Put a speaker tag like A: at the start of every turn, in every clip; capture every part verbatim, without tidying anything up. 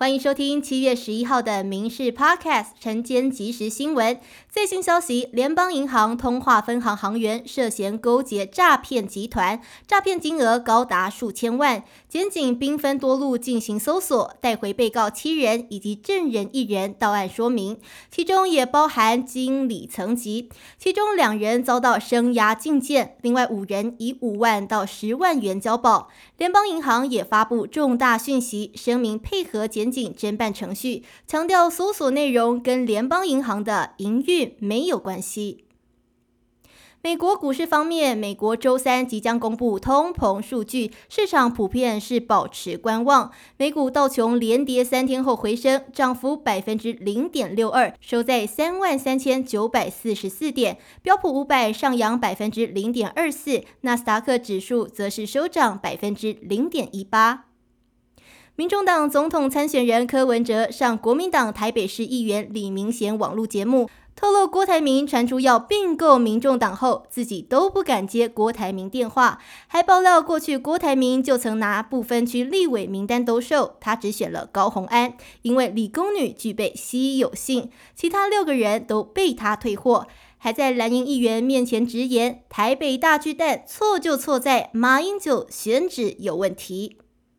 A: 欢迎收听七月十一号的民事 Podcast 晨间即时新闻。最新消息，联邦银行通化分行行员涉嫌勾结诈骗集团，诈骗金额高达数千万。检警兵分多路进行搜索，带回被告七人以及证人一人到案说明，其中也包含经理层级，其中两人遭到声押禁见，另外五人以五万到十万元交保。联邦银行也发布重大讯息，声明配合检警侦办程序，强调搜索内容跟联邦银行的营运没有关系。美国股市方面，美国周三即将公布通膨数据，市场普遍是保持观望。美股道琼连跌三天后回升，涨幅 百分之零点六二， 收在 三万三千九百四十四点。标普五百上扬 百分之零点二四， 纳斯达克指数则是收涨 百分之零点一八。民众党总统参选人柯文哲上国民党台北市议员李明贤网络节目，透露郭台铭传出要并购民众党后，自己都不敢接郭台铭电话，还爆料过去郭台铭就曾拿不分区立委名单兜售，他只选了高虹安，因为理工女具备稀有性，其他六个人都被他退货。还在蓝营议员面前直言，台北大巨蛋错就错在马英九选址有问题。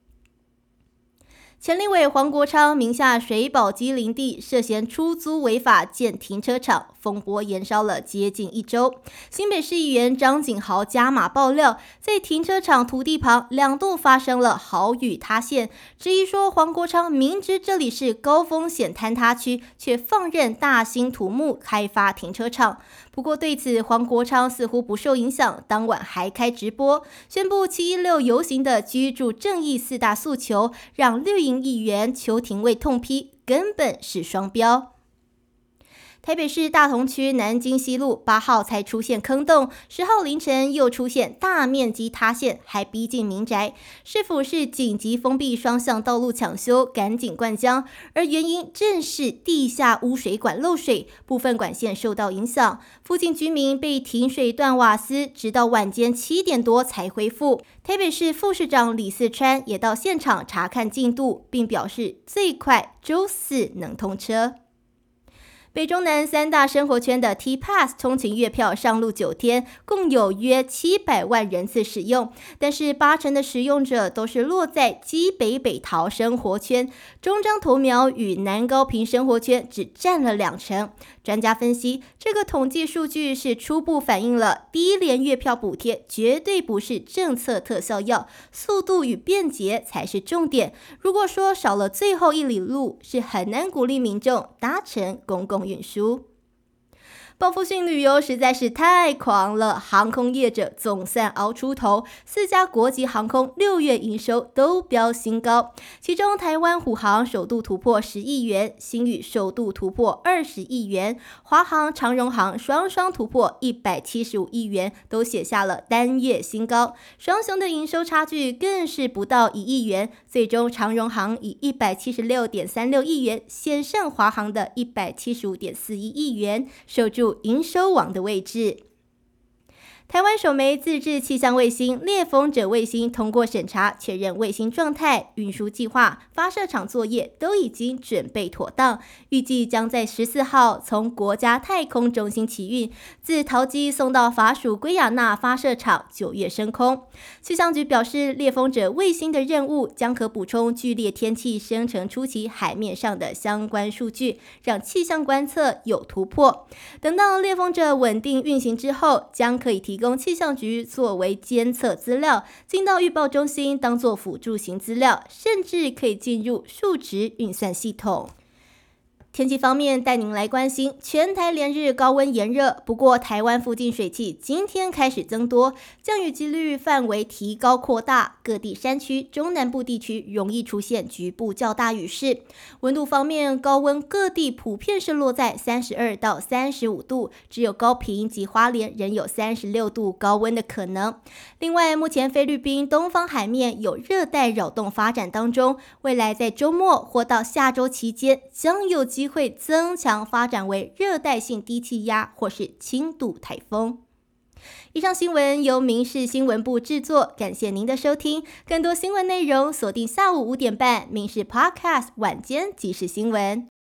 A: 前立委黄国昌名下水保基林地涉嫌出租违法建停车场，风波延烧了接近一周。新北市议员张景豪加码爆料，在停车场土地旁两度发生了豪雨塌陷，质疑说黄国昌明知这里是高风险坍塌区，却放任大兴土木开发停车场。不过对此黄国昌似乎不受影响，当晚还开直播，宣布七一六游行的居住正义四大诉求，让绿营议员邱廷尉痛批，根本是双标。台北市大同区南京西路八号才出现坑洞，十号凌晨又出现大面积塌陷，还逼近民宅。市府是紧急封闭双向道路抢修，赶紧灌浆，而原因正是地下污水管漏水，部分管线受到影响，附近居民被停水断瓦斯，直到晚间七点多才恢复。台北市副市长李四川也到现场查看进度，并表示最快周四能通车。北中南三大生活圈的 T-Pass 通勤月票上路九天，共有约七百万人次使用，但是八成的使用者都是落在基北北桃生活圈，中彰投苗与南高屏生活圈只占了两成。专家分析，这个统计数据是初步反映了第一联月票补贴绝对不是政策特效药，速度与便捷才是重点。如果说少了最后一里路，是很难鼓励民众搭乘公共运输。报复性旅游实在是太狂了，航空业者总算熬出头，四家国际航空六月营收都飙新高，其中台湾虎航首度突破十亿元，星宇首度突破二十亿元，华航、长荣航双双突破一百七十五亿元，都写下了单月新高。双雄的营收差距更是不到一亿元，最终长荣航以一百七十六点三六亿元险胜华航的一百七十五点四一亿元，守住营收王的位置。台湾首枚自制气象卫星猎风者卫星通过审查，确认卫星状态、运输计划、发射场作业都已经准备妥当，预计将在十四号从国家太空中心起运，自桃机送到法属圭亚那发射场，九月升空。气象局表示，猎风者卫星的任务将可补充剧烈天气生成初期海面上的相关数据，让气象观测有突破。等到猎风者稳定运行之后，将可以提供气象局作为监测资料，进到预报中心当作辅助型资料，甚至可以进入数值运算系统。天气方面，带您来关心全台连日高温炎热，不过台湾附近水汽今天开始增多，降雨几率范围提高扩大，各地山区、中南部地区容易出现局部较大雨势。温度方面，高温各地普遍是落在三十二到三十五度，只有高屏及花莲仍有三十六度高温的可能。另外，目前菲律宾东方海面有热带扰动发展当中，未来在周末或到下周期间将有机会增强发展为热带性低气压或是轻度台风。 以上新闻由民视新闻部制作，感谢您的收听。更多新闻内容锁定下午五点半民视 Podcast 晚间即时新闻。